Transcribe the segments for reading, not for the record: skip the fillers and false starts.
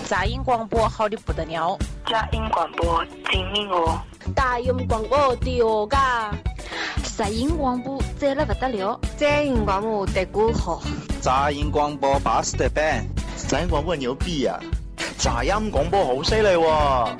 杂音广播好的不得了， 杂音广播精明哦， 大音广播屌噶， 杂音广播赞了不得了， 杂音广播得鼓好， 杂音广播巴适得板， 杂音广播牛逼啊，杂音广播好犀利喎。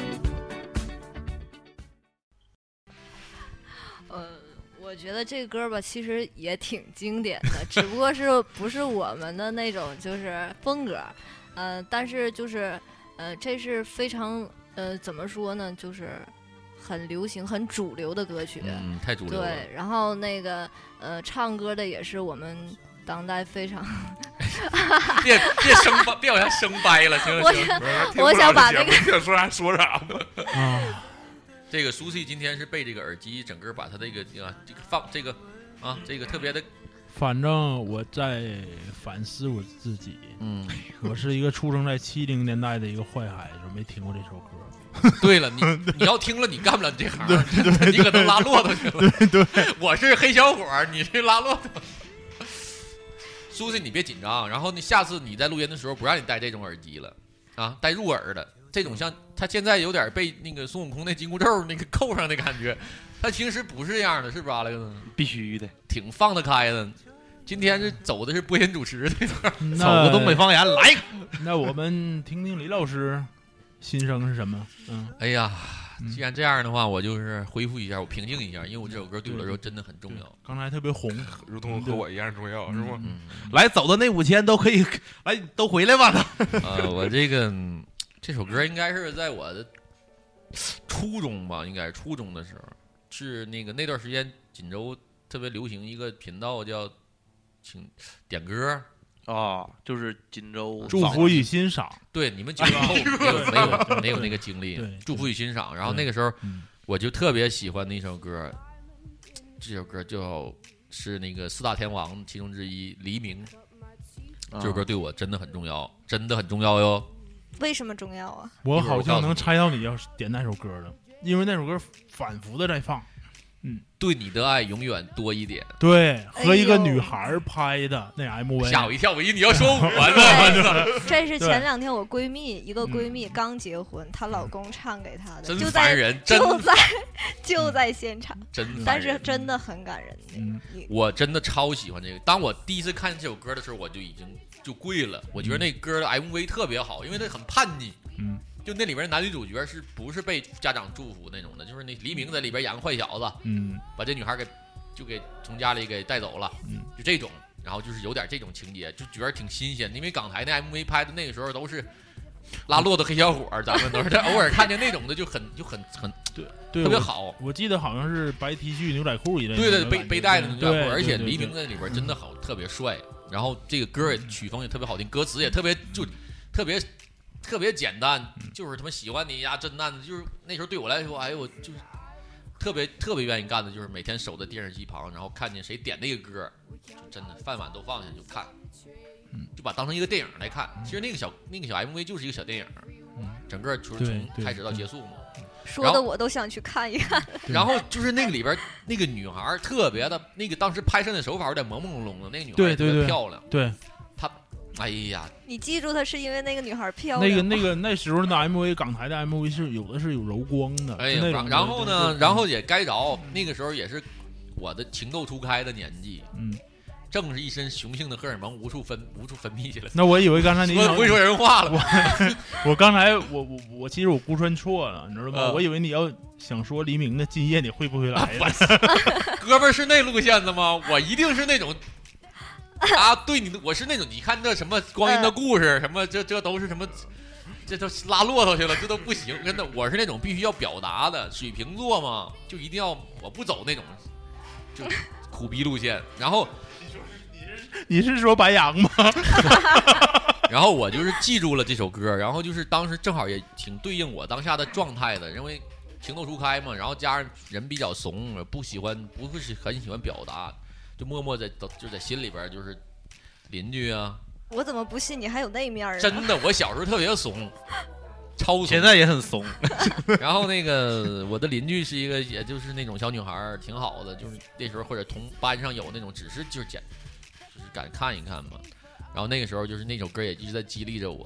我觉得这歌吧，其实也挺经典的，只不过是不是我们的那种就是风格，但是就是这是非常怎么说呢，就是很流行、很主流的歌曲， 太主流了。 对，然后那个唱歌的也是我们当代非常别往下生掰了，行了行。 我想把那个想说啥说啥吧。 这个苏西今天是被这个耳机整个把他这个放这个这个特别的。 反正我在反思我自己，我是一个出生在70年代的一个坏孩子，没听过这首歌。 对了，你要听了，你干不了这行，你可能拉骆驼去了。对，我是黑小伙，你是拉骆驼。苏西，你别紧张，然后你下次你在录音的时候不让你戴这种耳机了啊，戴入耳的。这种像他现在有点被那个孙悟空那紧箍咒那个扣上的感觉，他平时不是这样的，是吧？那个必须的， 挺放得开的。今天是走的是播音主持这块， 走个东北方言来。 那我们听听李老师心声是什么？ 哎呀，既然这样的话，我就是恢复一下，我平静一下，因为我这首歌对我来说真的很重要。 刚才特别红， 如同和我一样重要，是吗？ 来，走的那5000都可以，来都回来吧。 我这首歌应该是在我的初中吧，应该是初中的时候，是那段时间锦州特别流行一个频道叫请点歌啊，就是锦州祝福与欣赏。 对，你们90后没有那个经历，祝福与欣赏。然后那个时候我就特别喜欢那首歌，这首歌就是那个4大天王其中之一黎明，这首歌对我真的很重要，真的很重要哟。 为什么重要啊？ 我好像能猜到你要点那首歌了，因为那首歌反复的在放。 对你的爱永远多一点。 对，和一个女孩拍的那 MV， 吓我一跳，我以为你要说我呢。 这是前2天我一个闺蜜刚结婚，她老公唱给她的， 真烦人， 就在现场，但是真的很感人。 我真的超喜欢这个。当我第一次看这首歌的时候，我就已经就跪了。我觉得那歌的 MV 特别好，因为它很叛逆。就那里边男女主角是不是被家长祝福那种的？就是那黎明在里边演个坏小子，把这女孩给从家里给带走了，就这种，然后就是有点这种情节，就觉得挺新鲜。因为港台那 MV 拍的那个时候都是拉骆驼黑小伙，咱们都是偶尔看见那种的就很对， 特别好。 我记得好像是白 T 恤牛仔裤一类的， 对，背带的牛仔裤，而且黎明在里边真的好，特别帅。然后这个歌也曲风也特别好听，歌词也特别简单，就是他妈喜欢你呀，真难的。就是那时候对我来说，哎呦，我就是特别愿意干的，就是每天守在电视机旁，然后看见谁点那个歌，就真的饭碗都放下就看，就把当成一个电影来看。其实那个小 MV 就是一个小电影，整个就是从开始到结束嘛。 说的我都想去看一看。 然后就是那个里边那个女孩特别的，那个当时拍摄的手法有点朦朦胧胧的，那个女孩特别漂亮。 对。 哎呀， 你记住她是因为那个女孩漂亮。 那时候的 MV， 港台的 MV 是有的是有柔光的。 哎呀，然后呢，然后也该着那个时候也是我的情窦初开的年纪，正是一身雄性的荷尔蒙无处分泌去了。 那我以为刚才你不会说人话了。 我刚才我其实我估算错了，你知道吗？我以为你要想说黎明的今夜你会不会来？ 哥们儿是那路线的吗？我一定是那种。对你的，我是那种，你看这什么光阴的故事，什么这都是什么，这都拉骆驼去了，这都不行。真的，我是那种必须要表达的，水瓶座嘛，就一定要我不走那种就苦逼路线。然后你是说白羊吗？ 然后我就是记住了这首歌，然后就是当时正好也挺对应我当下的状态的，因为情窦初开嘛，然后加上人比较怂，不是很喜欢表达。就默默在心里边，就是邻居啊。 我怎么不信你还有那面啊？ 真的，我小时候特别怂，超怂， 现在也很怂。 然后那个我的邻居是一个，也就是那种小女孩，挺好的，就是那时候或者同班上有那种，只是敢看一看嘛。然后那个时候就是那首歌也一直在激励着我，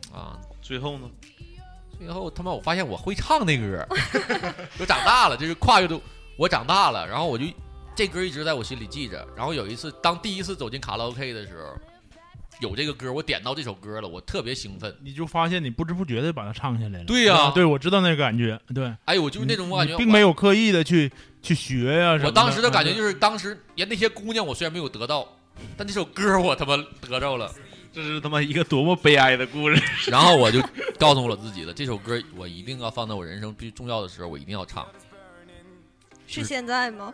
啊。 最后呢？ 最后他妈我发现我会唱那歌，我长大了，就是跨越度，我长大了，然后我就这歌一直在我心里记着。然后有一次，当第一次走进卡拉 OK 的时候，有这个歌，我点到这首歌了，我特别兴奋。 你就发现你不知不觉的把它唱下来了。 对呀， 对，我知道那个感觉。对， 哎，我就是那种感觉， 并没有刻意的去学呀什么的。 我当时的感觉就是，当时连那些姑娘我虽然没有得到，但这首歌我他妈得着了。 这是他妈一个多么悲哀的故事。 然后我就告诉我自己了，这首歌我一定要放在我人生最重要的时候，我一定要唱。 是现在吗？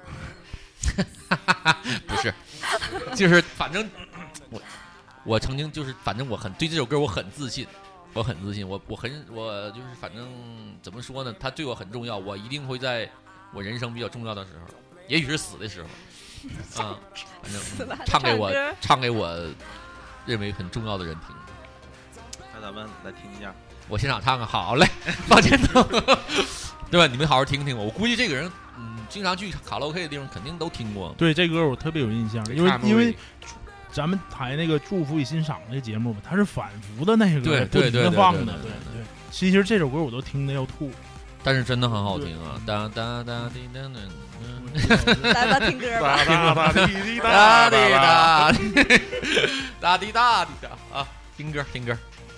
不是，就是反正我曾经就是反正我很对这首歌我很自信，我就是反正怎么说呢，它对我很重要，我一定会在我人生比较重要的时候，也许是死的时候，啊，反正唱给我认为很重要的人听。 那咱们来听一下， 我现场唱个好嘞，放前头，对吧？你们好好听听我估计这个人，经常去卡拉 OK 的地方肯定都听过。 对，这歌我特别有印象，因为咱们台那个祝福与欣赏那个节目吧，它是反复的那个不停的放的，对。其实这首歌我都听得要吐， 但是真的很好听啊！哒哒哒滴哒哒。 来吧，听歌吧。 哒滴哒滴哒，哒滴哒滴哒啊！听歌，听歌。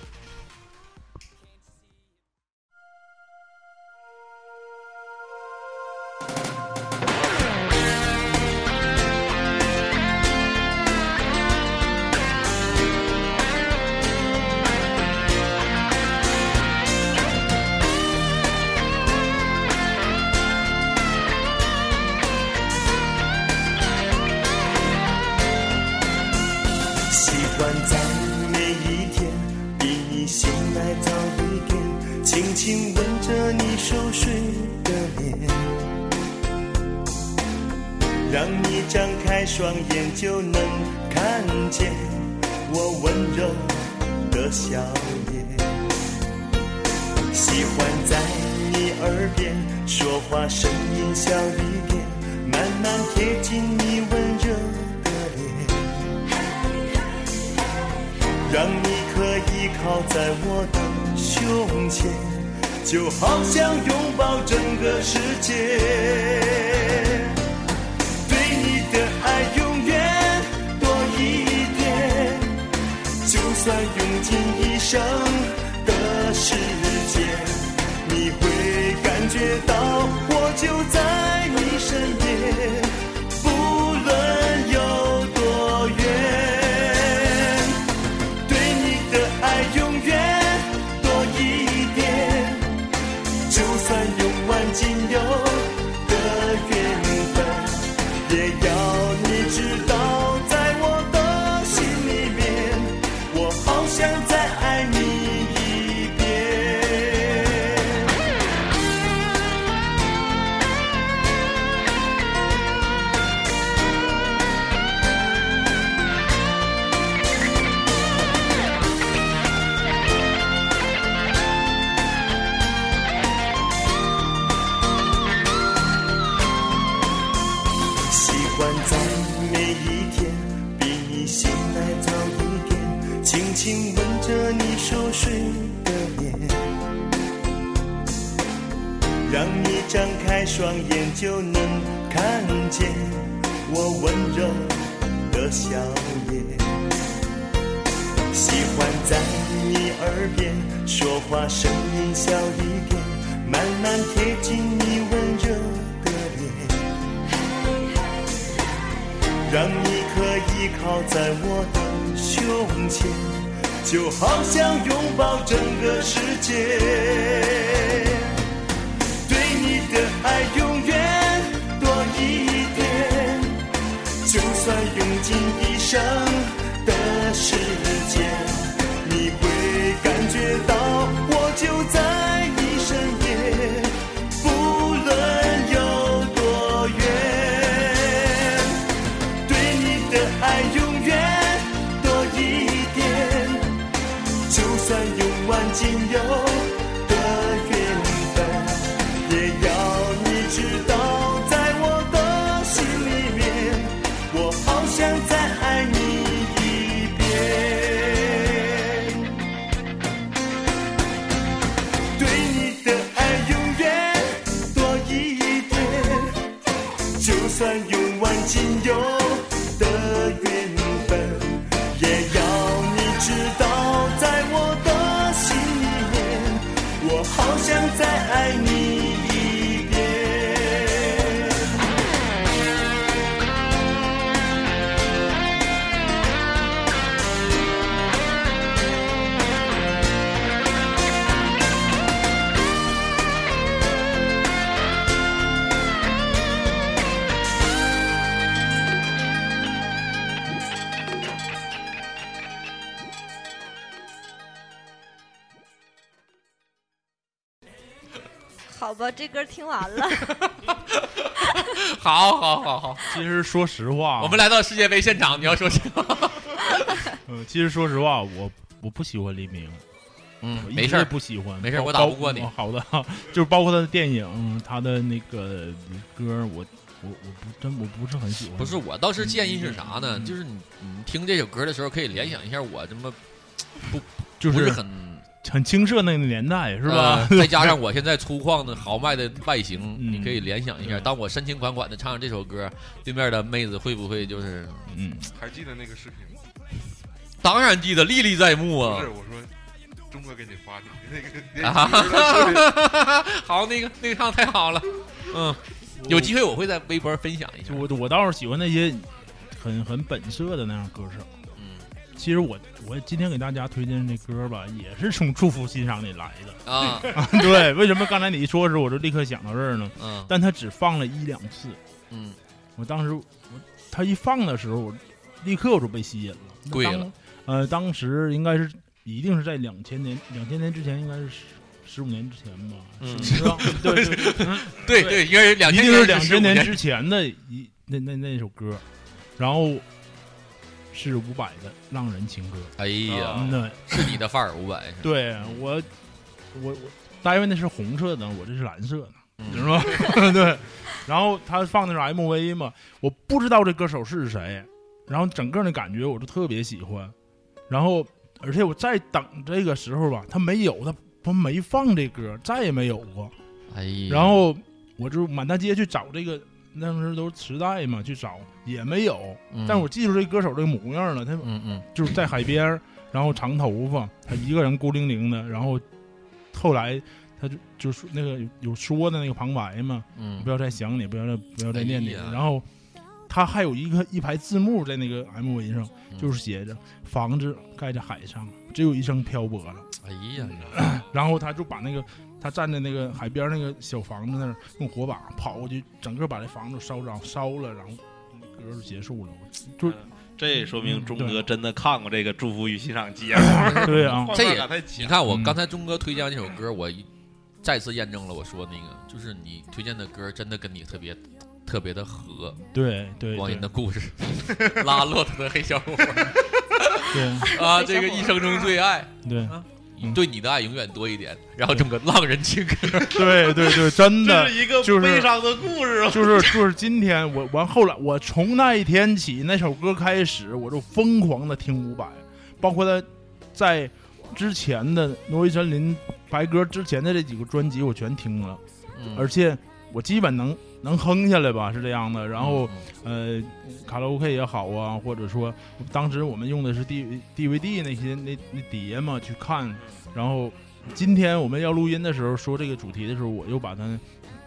轻轻吻着你熟睡的脸，让你张开双眼就能看见我温柔的笑脸。喜欢在你耳边说话，声音小一点，慢慢贴近你温热的脸，让你可以靠在我的胸前，就好像拥抱整个世界。对你的爱永远多一点，就算用尽一生的时间，你会感觉到我就在你身边，不论有多远。对你的爱永远多一点，就算用完仅有的缘分，也要你知道，在我的心里面，我好想再爱你一遍。习惯在每一天比你醒来早一点，轻轻吻着你熟睡的脸，让你张开双眼就能看见我温柔的笑脸。喜欢在你耳边说话，声音小一点，慢慢贴近你温热的脸，让你可以靠在我的胸前，就好像拥抱整个世界。对你的爱永远多一点，就算用尽一生的时间，你会感觉到我就在你身边，不论有多远。对你的爱永远多一点，就算用完仅有的缘分，也要你知道，在我的心里面，我好想再爱你一遍。 算用完仅有的缘分，也要你知道，在我的心里面，我好想再爱你一遍。 好吧，这歌听完了。 好。 其实说实话， 我们来到世界杯现场，你要说什么？ 其实说实话，我不喜欢黎明。 没事， 不喜欢， 没事，我打不过你。 好的，就是包括他的电影，他的那个歌，我不是很喜欢。 不是，我倒是建议是啥呢？就是你听这首歌的时候，可以联想一下我这么不是很青涩那个年代，是吧？ 再加上我现在粗犷的豪迈的外形，你可以联想一下，当我深情款款的唱这首歌，对面的妹子会不会就是还记得那个视频吗？ 当然记得，历历在目啊！ 不是，我说钟哥给你发的那个好，那个唱太好了，有机会我会在微博分享一下。 我倒是喜欢那些很本色的那样歌手。其实我今天给大家推荐这歌吧，也是从祝福欣赏里来的啊。 对，为什么刚才你一说的时候，我就立刻想到这儿呢？但他只放了1-2次。我当时他一放的时候，我立刻我就被吸引了。 贵了。 当时应该是一定是在2000年之前，应该是15年之前吧？是吧？ 对，应该是 2000年之前的那首歌，然后。是伍佰的《浪人情歌》。 哎呀，是你的范儿，伍佰。 对我大约那是红色的，我这是蓝色的，是吧？对。然后他放的是 MV 嘛，我不知道这歌手是谁，然后整个的感觉我就特别喜欢。然后，而且我在等这个时候吧，他没放这歌，再也没有过。 哎呀。 然后我就满大街去找这个。那时候都是磁带嘛，去找也没有。但是我记住这歌手这个模样了，他就是在海边，然后长头发，他一个人孤零零的。然后后来他就是那个有说的那个旁白嘛，不要再想你，不要再念你。然后他还有一排字幕在那个 MV 上，就是写着房子盖在海上，只有一声漂泊了。 哎呀， 然后他就把那个。他站在那个海边那个小房子那儿，用火把跑过去，整个把这房子烧了，然后歌就结束了。就这也说明钟哥真的看过这个《祝福与欣赏》节目。 对啊， 这也你看我刚才钟哥推荐这首歌，我再次验证了我说那个，就是你推荐的歌真的跟你特别的合。 对， 光阴的故事，拉骆驼的黑小伙。 对啊，这个一生中最爱。 对。 对你的爱永远多一点，然后这么个浪人情歌， 对，真的这是一个悲伤的故事。 就是今天后来我从那一天起，那首歌开始，我就疯狂的听伍佰，包括他在之前的《挪威森林》白鸽之前的这几个专辑我全听了，而且我基本能哼下来吧，是这样的。然后卡拉 OK 也好啊，或者说当时我们用的是 DVD 那些那碟嘛去看。然后今天我们要录音的时候说这个主题的时候，我又把他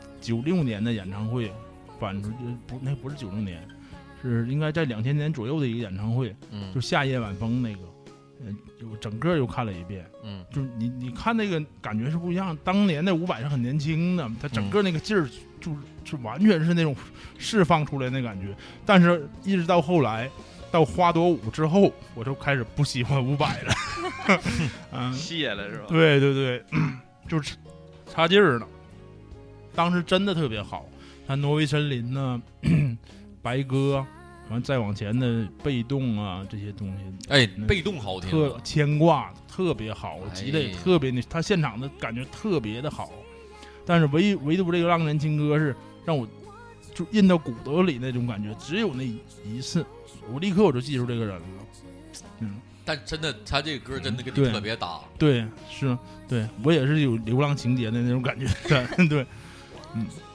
96年的演唱会翻出，那不是96年，是应该在2000年左右的一个演唱会，就夏夜晚风那个。就整个又看了一遍，就是你看那个感觉是不一样。当年的伍佰是很年轻的，他整个那个劲儿就完全是那种释放出来那感觉。但是一直到后来，到花朵舞之后，我就开始不喜欢伍佰了， 谢了是吧？ 对，就是差劲儿了。当时真的特别好，他挪威森林呢，白鸽。完再往前的被动啊这些东西， 被动好听， 特牵挂特别好，吉他也特别他现场的感觉特别的好。但是唯独这个浪人情歌是让我就印到骨头里那种感觉，只有那一次，我立刻我就记住这个人了。 但真的他这个歌真的跟你特别搭。 对，是，对我也是有流浪情节的那种感觉。对，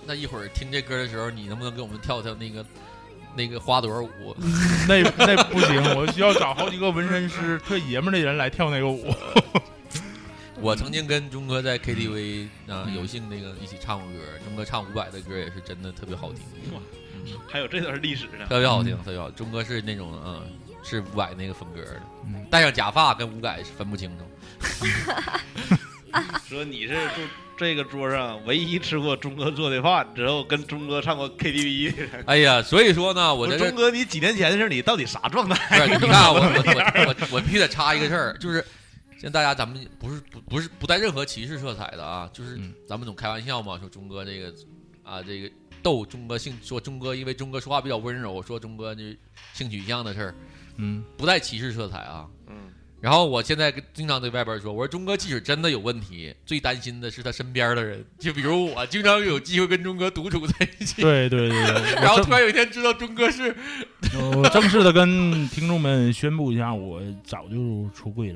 那一会儿听这歌的时候，你能不能给我们跳跳那个花朵舞？ 那不行，我需要找好几个纹身师、特爷们的人来跳那个舞。 我曾经跟钟哥在 KTV 有幸一起唱过歌，钟哥唱伍佰的歌也是真的特别好听。 还有这段历史呢， 特别好听，特别好。钟哥是那种是伍佰那个风格的，戴上假发跟伍佰是分不清楚。 说你是这个桌上唯一吃过钟哥做的饭，之后跟钟哥唱过 KTV。 哎呀，所以说呢， 钟哥，你几年前的事，你到底啥状态？ 不是，你看我必须得插一个事儿，就是现在大家咱们不带任何歧视色彩的啊，就是咱们总开玩笑嘛，说钟哥这个逗钟哥说钟哥因为钟哥说话比较温柔，说钟哥这性取向的事儿，不带歧视色彩啊，然后我现在经常对外边说，我说钟哥即使真的有问题，最担心的是他身边的人，就比如我经常有机会跟钟哥独处在一起， 对， 然后突然有一天知道钟哥是， 我正式的跟听众们宣布一下，我早就出柜了。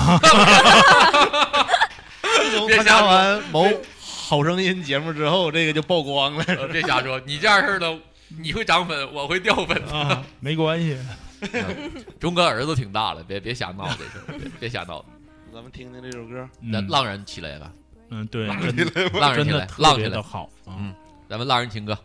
自从参加完某好声音节目之后，这个就曝光了。 别瞎说，你这样式的，你会涨粉，我会掉粉啊，没关系。 钟哥儿子挺大了，别瞎闹这事，别瞎闹。 咱们听听这首歌， 浪人起来吧。 对， 浪人起来，浪起来好。 咱们浪人情歌。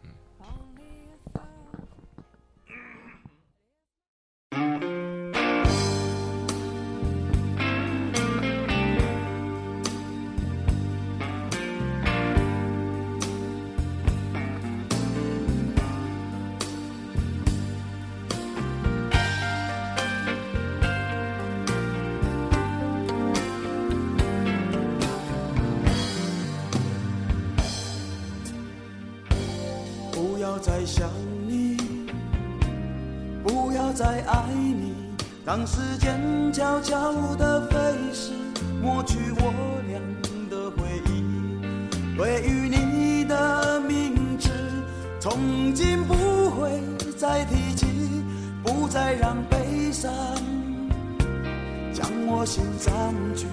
再想你，不要再爱你，让时间悄悄地飞逝，抹去我俩的回忆。对于你的名字，从今不会再提起，不再让悲伤将我心占据，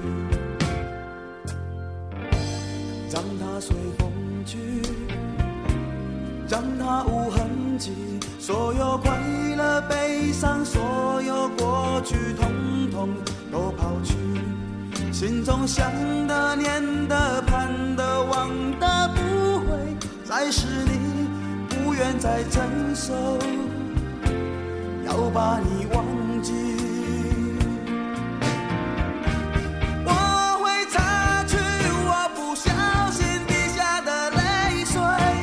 让它随风去，让它无痕迹，所有快乐悲伤，所有过去统统都抛去，心中想的念的盼的望的不会再是你，不愿再承受，要把你忘记。我会擦去我不小心滴下的泪水，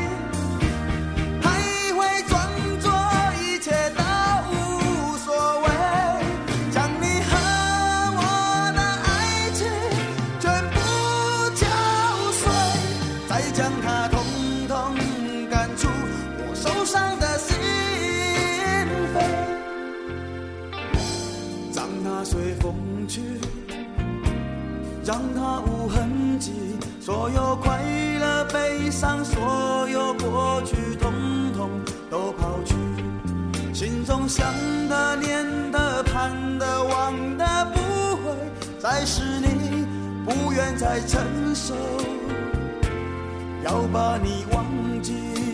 随风去，让它无痕迹，所有快乐悲伤，所有过去统统都抛去，心中想的念的盼的望的不会再是你，不愿再承受，要把你忘记。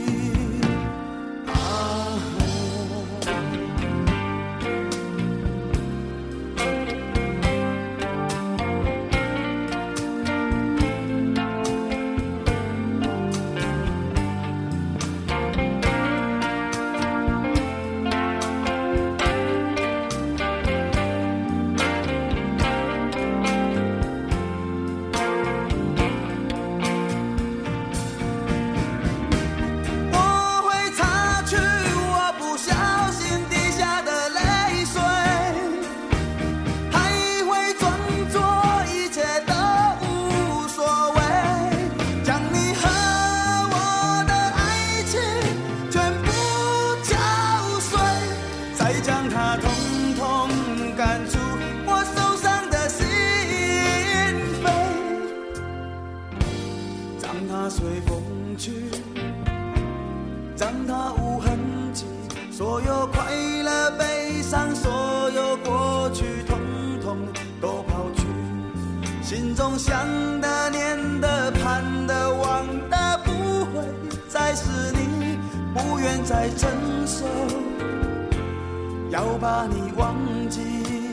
随风去，让它无痕迹，所有快乐悲伤，所有过去统统都抛去，心中想的念的盼的望的不会会再是你，不愿再承受，要把你忘记，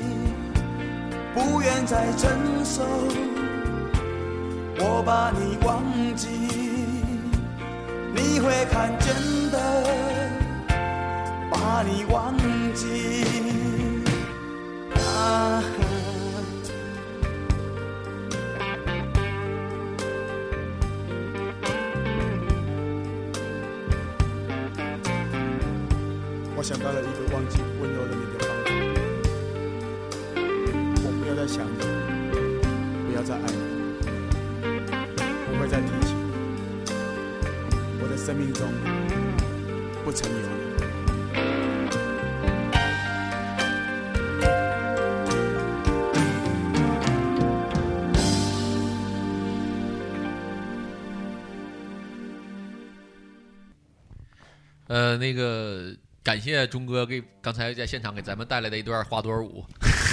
不愿再承受，我把你忘记，你会看见的，把你忘记啊。我想到了一个忘记温柔的你的方法，我不要再想你，不要再爱你，不会再提起你，我的生命中不曾有你。 那个感谢钟哥给刚才在现场给咱们带来的一段花朵舞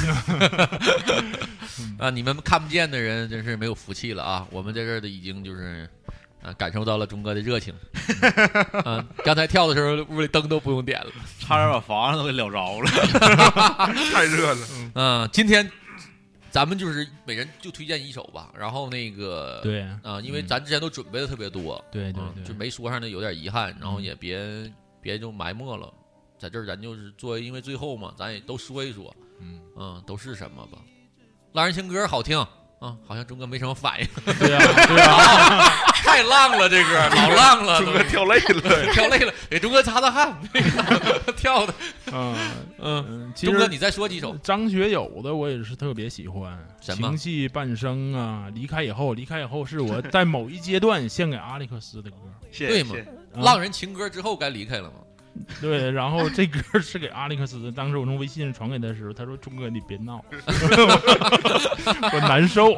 啊，你们看不见的人真是没有福气了啊！我们在这儿的已经就是感受到了钟哥的热情刚才跳的时候屋里灯都不用点了， 差点把房子都给燎着了太热了。 今天咱们就是每人就推荐一首吧，然后那个对因为咱之前都准备的特别多， 对， 就没说上的有点遗憾，然后也别就埋没了，在这儿咱就是作为因为最后嘛，咱也都说一说，都是什么吧。浪人情歌好听啊，好像钟哥没什么反应。 对啊， 太浪了，这歌老浪了， 钟哥跳累了， 跳累了，给钟哥擦擦汗，跳的。 其实钟哥你再说几首。 张学友的我也是特别喜欢， 什么情系半生啊，离开以后是我在某一阶段献给阿历克斯的歌， 对吗？浪人情歌之后该离开了吗？ 对，然后这歌是给阿历克斯的。当时我从微信传给他的时候，他说：“钟哥，你别闹，我难受。”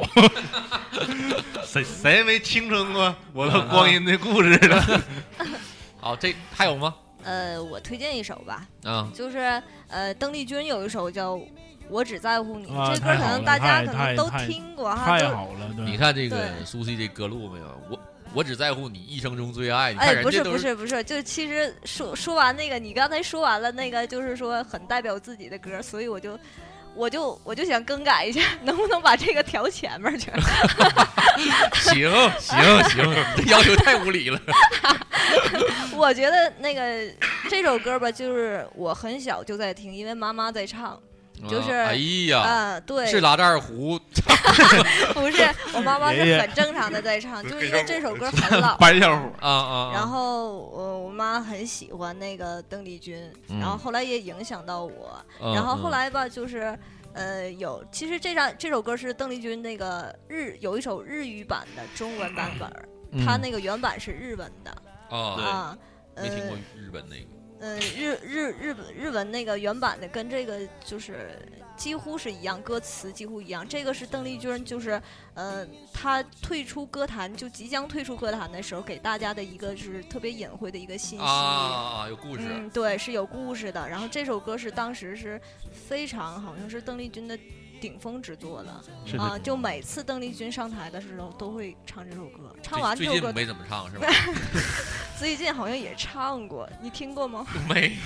谁没青春过我的光阴的故事呢？ 好，这还有吗？ 我推荐一首吧， 就是邓丽君有一首叫《我只在乎你》，这歌可太能大家可能都听过哈。 太好了， 你看这个苏西这歌路没有？我只在乎你一生中最爱。你看人家都不是，就其实说完那个，你刚才说完了那个，就是说很代表自己的歌，所以我就想更改一下，能不能把这个调前面去？ 行，这要求太无理了。 我觉得那个这首歌吧，就是我很小就在听，因为妈妈在唱。就是哎呀， 对， 是拉扎尔湖， 不是，我妈妈是很正常的在唱，就是因为这首歌很老， 白小虎然后我妈很喜欢那个邓丽君，然后后来也影响到我，然后后来吧，就是其实这首歌是邓丽君那个有一首日语版的中文版本，它那个原版是日文的没听过日本那个。 日文那个原版的跟这个就是几乎是一样，歌词几乎一样。这个是邓丽君，就是她退出歌坛，就即将退出歌坛的时候，给大家的一个就是特别隐晦的一个信息有故事。 对，是有故事的。然后这首歌是当时是非常好像是邓丽君的顶峰之作了就每次邓丽君上台的时候都会唱这首歌，唱完这首歌最近没怎么唱是吧？ 最近好像也唱过，你听过吗？ 没。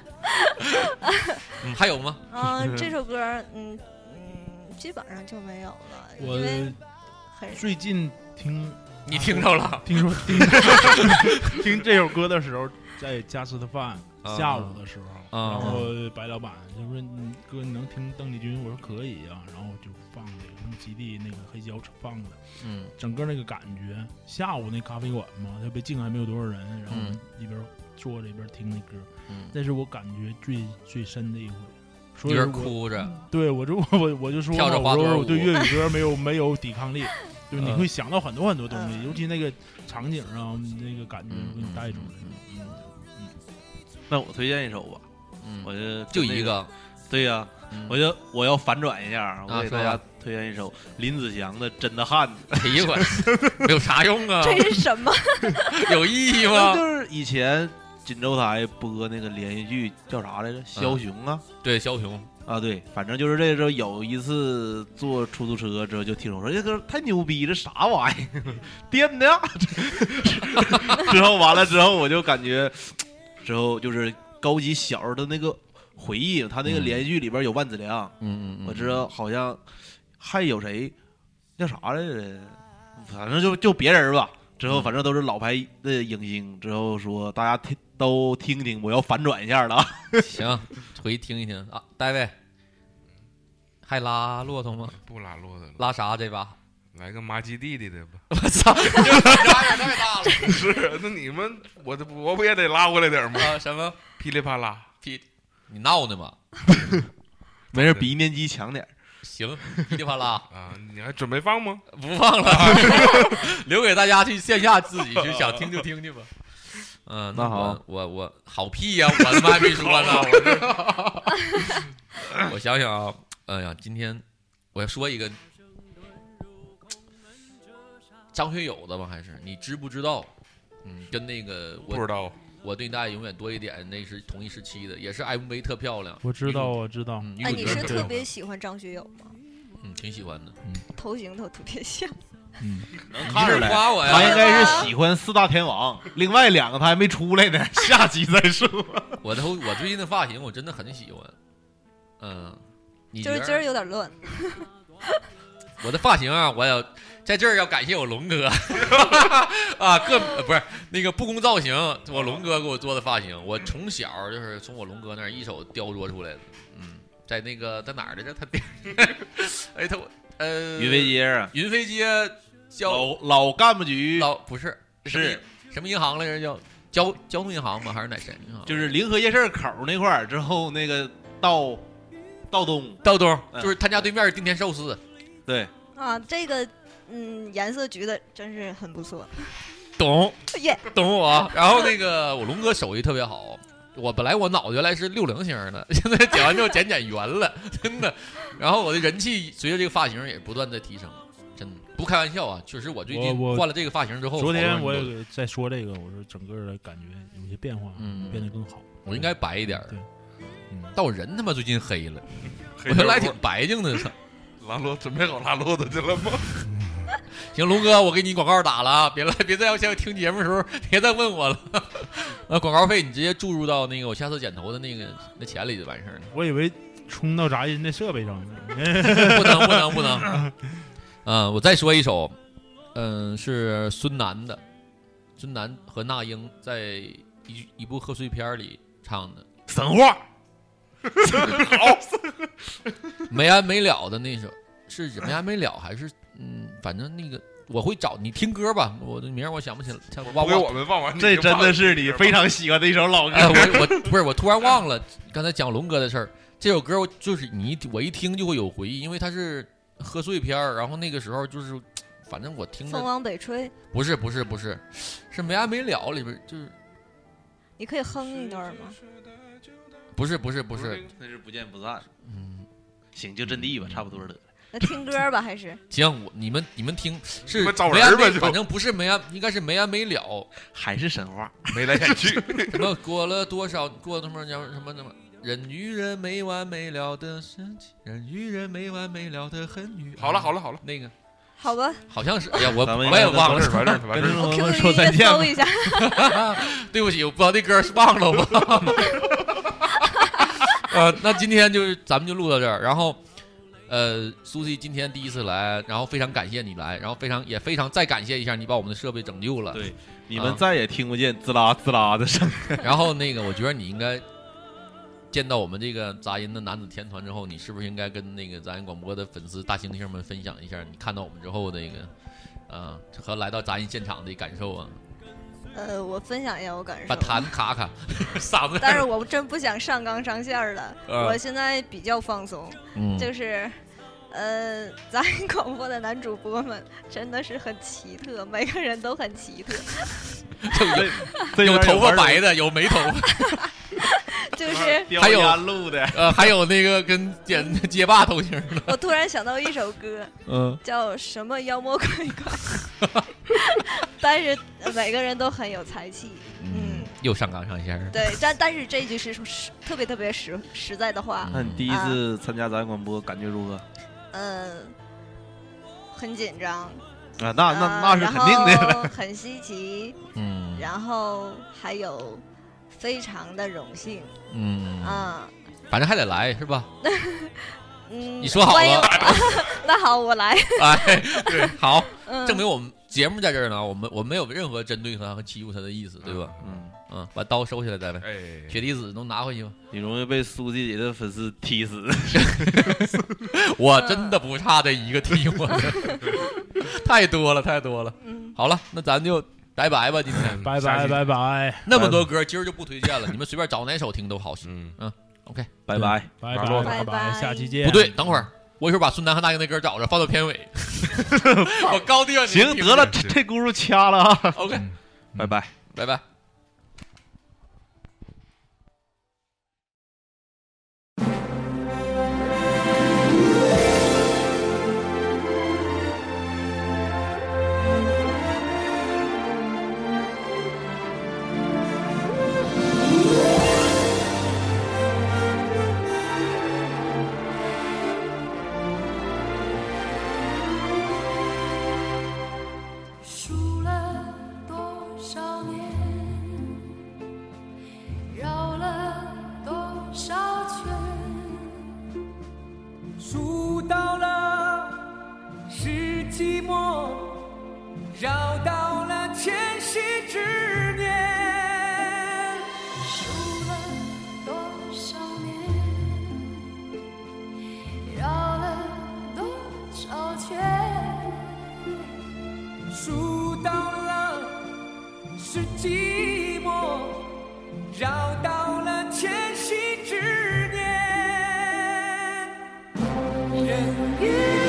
还有吗？ 这首歌基本上就没有了。 我最近你听着了？ 听听这首歌的时候，在家吃的饭，下午的时候，然后白老板就说：“哥，你能听邓丽君？”我说：“可以啊。”然后就放那个什么基地那个黑胶放的，整个那个感觉，下午那咖啡馆嘛，特别静，还没有多少人，然后一边坐着一边听那歌，那是我感觉最深的一回。 有点哭着， 对我就说， 跳着花朵舞， 我对粤语歌没有抵抗力，就是你会想到很多东西，尤其那个场景啊，那个感觉给你带出来。 那我推荐一首吧，我就一个， 对呀，我要反转一下，我给大家推荐一首林子祥的《真的汉子》。 哎呀我，有啥用啊？ 这是什么？ 有意义吗？ 就是以前锦州台播那个连续剧叫啥来着？枭雄啊， 对，枭雄啊，对，反正就是这时候有一次坐出租车之后就听说这歌太牛逼，这啥玩意儿，颠的呀！之后完了之后我就感觉，之后就是高级小时候的那个回忆，他那个连续剧里边有万梓良，我知道好像还有谁叫啥来着，反正就别人吧。之后反正都是老牌的影星，之后说大家都听听，我要反转一下了。 行，回去听一听啊，大卫，还拉骆驼吗？ 不拉骆驼了， 拉啥这把？ 来个麻吉弟弟的吧。 我操，这压力太大了。 是，那你们我不也得拉过来点吗？ 什么？ 噼里啪啦， 你闹呢吗？ 没事，比一面积强点。 行，噼里啪啦啊！你还准备放吗？ 不放了，留给大家去线下自己去想听就听去吧。那好，我好屁呀！我他妈还没说呢。我想想啊，哎呀，今天我要说一个张学友的吗？还是你知不知道？跟那个我不知道。 我对你爱永远多一点，那是同一时期的，也是 MV 特漂亮。 我知道，我知道。 哎，你是特别喜欢张学友吗？ 挺喜欢的。 头型都特别像。 能看出来。 夸我呀！ 他应该是喜欢四大天王，另外2个他还没出来呢，下集再说。 我最近的发型我真的很喜欢。你就是今儿有点乱。 我的发型啊，我要在这儿要感谢我龙哥啊，不是那个布工造型，我龙哥给我做的发型，我从小就是从我龙哥那儿一手雕琢出来的。在那个在哪儿来着？他哎， 云飞街啊， 云飞街叫老干部局， 不是什么银行来着？叫交通银行吗？还是哪谁银行？ 就是临河夜市口那块儿之后那个道东， 就是他家对面丁田寿司。 对啊，这个颜色橘的真是很不错， 懂懂我。然后那个我龙哥手艺特别好，我本来我脑子原来是60型的，现在剪完之后剪圆了，真的。然后我的人气随着这个发型也不断在提升，真的不开玩笑啊！确实我最近换了这个发型之后， 昨天我也在说这个，我说整个的感觉有些变化，变得更好。 我应该白一点， 对， 但我人他妈最近黑了，我原来挺白净的。 拉骆准备好拉骆驼去了吗？ 行，龙哥，我给你广告打了啊！别再像听节目的时候别再问我了。广告费你直接注入到那个我下次剪头的那钱里就完事儿了。 我以为充到杂音的设备上。 不能。我再说一首，是孙楠的，孙楠和那英在一部贺岁片里唱的 《神话》。 好，没完没了的那首是没完没了还是反正那个我会找你听歌吧，我的名儿我想不起来。 给我们忘完， 这真的是你非常喜欢的一首老歌。 我突然忘了刚才讲龙哥的事儿。这首歌就是我一听就会有回忆，因为它是贺岁片儿，然后那个时候就是反正我听的风往北吹， 不是，是没完没了里边就是。 你可以哼一段吗？ 不是，那是不见不散。行，就阵地吧，差不多得了。 那听歌吧，还是行？你们听是找人吧， 反正不是应该是没完没了， 还是神话， 没来眼去。 什么过了多少过什么人与人没完没了的深情，人与人没完没了的恨与。 好了， 那个。 好吧， 好像是，哎呀，我也忘了， 反正跟朋友们说再见搜一下。 对不起，我不知道那歌是忘了吧。那今天咱们就录到这儿，然后苏西今天第一次来，然后非常感谢你来，然后也非常再感谢一下你把我们的设备拯救了， 对，你们再也听不见滋啦滋啦的声音。 然后我觉得你应该见到我们这个杂音的男子天团之后，你是不是应该跟那个杂音广播的粉丝大猩猩们分享一下你看到我们之后的一个和来到杂音现场的感受啊？ 我分享一下我感受。 把痰卡嗓子。 但是我真不想上纲上线了，我现在比较放松，就是杂音广播的男主播们真的是很奇特，每个人都很奇特。 有头发白的，有没头发。 就是还有路的， 还有那个跟街霸头型的。 我突然想到一首歌，叫什么妖魔鬼怪，但是每个人都很有才气， 又上纲上线。 对，但是这句是特别实在的话。 那你第一次参加杂音广播感觉如何？ 很紧张。 啊，那是肯定的。 很稀奇。然后还有非常的荣幸。 反正还得来是吧？ 你说好了。 那好，我来。 哎，对，好，证明我们节目在这儿呢，我们没有任何针对他和欺负他的意思，对吧？把刀收起来再呗。血滴子都拿回去吧。 你容易被苏姐姐的粉丝踢死。 我真的不差这一个踢我的，太多了。好了，那咱就拜拜吧，今天拜拜。 那么多歌，今儿就不推荐了，你们随便找哪首听都好。OK， 拜拜， 下期见。 不对，等会儿我一会儿把孙楠和大英的歌找着，放到片尾。我高调。 行，得了，这轱辘掐了啊。 OK， 拜拜。 绕到了前世之年， 数了多少年，绕了多少圈， 数到了是寂寞，绕到了前世之年，人与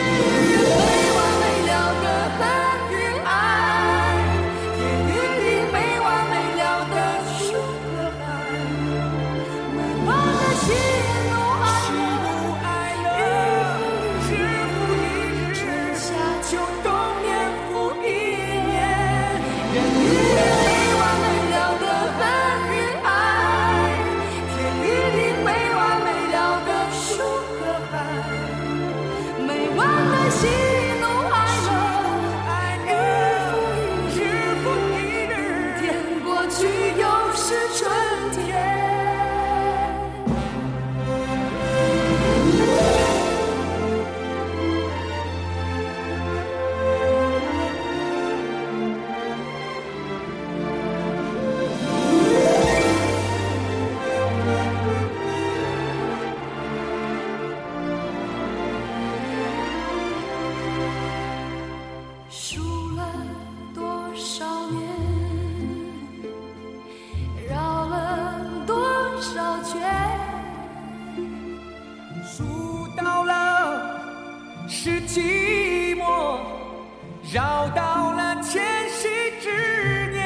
是寂寞，绕到了前世之年，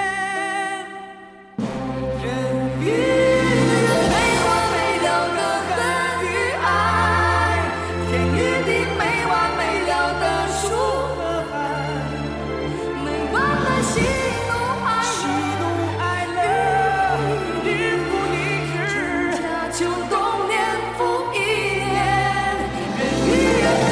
人与人没完没了的恨与爱，天与地没完没了的疏和寒，没完的喜怒哀乐，日复一日，夏秋冬年复一年，人与人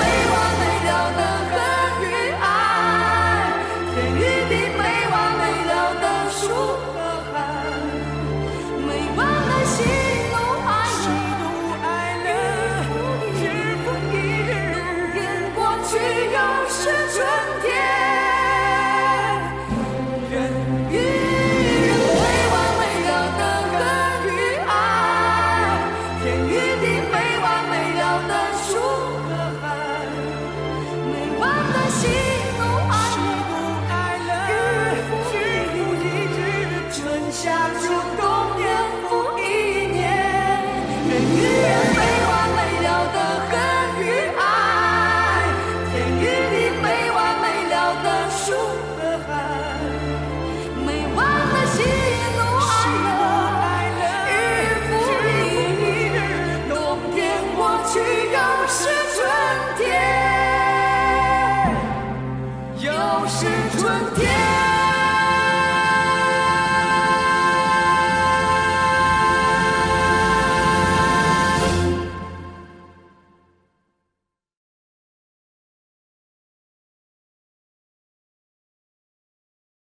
是春天。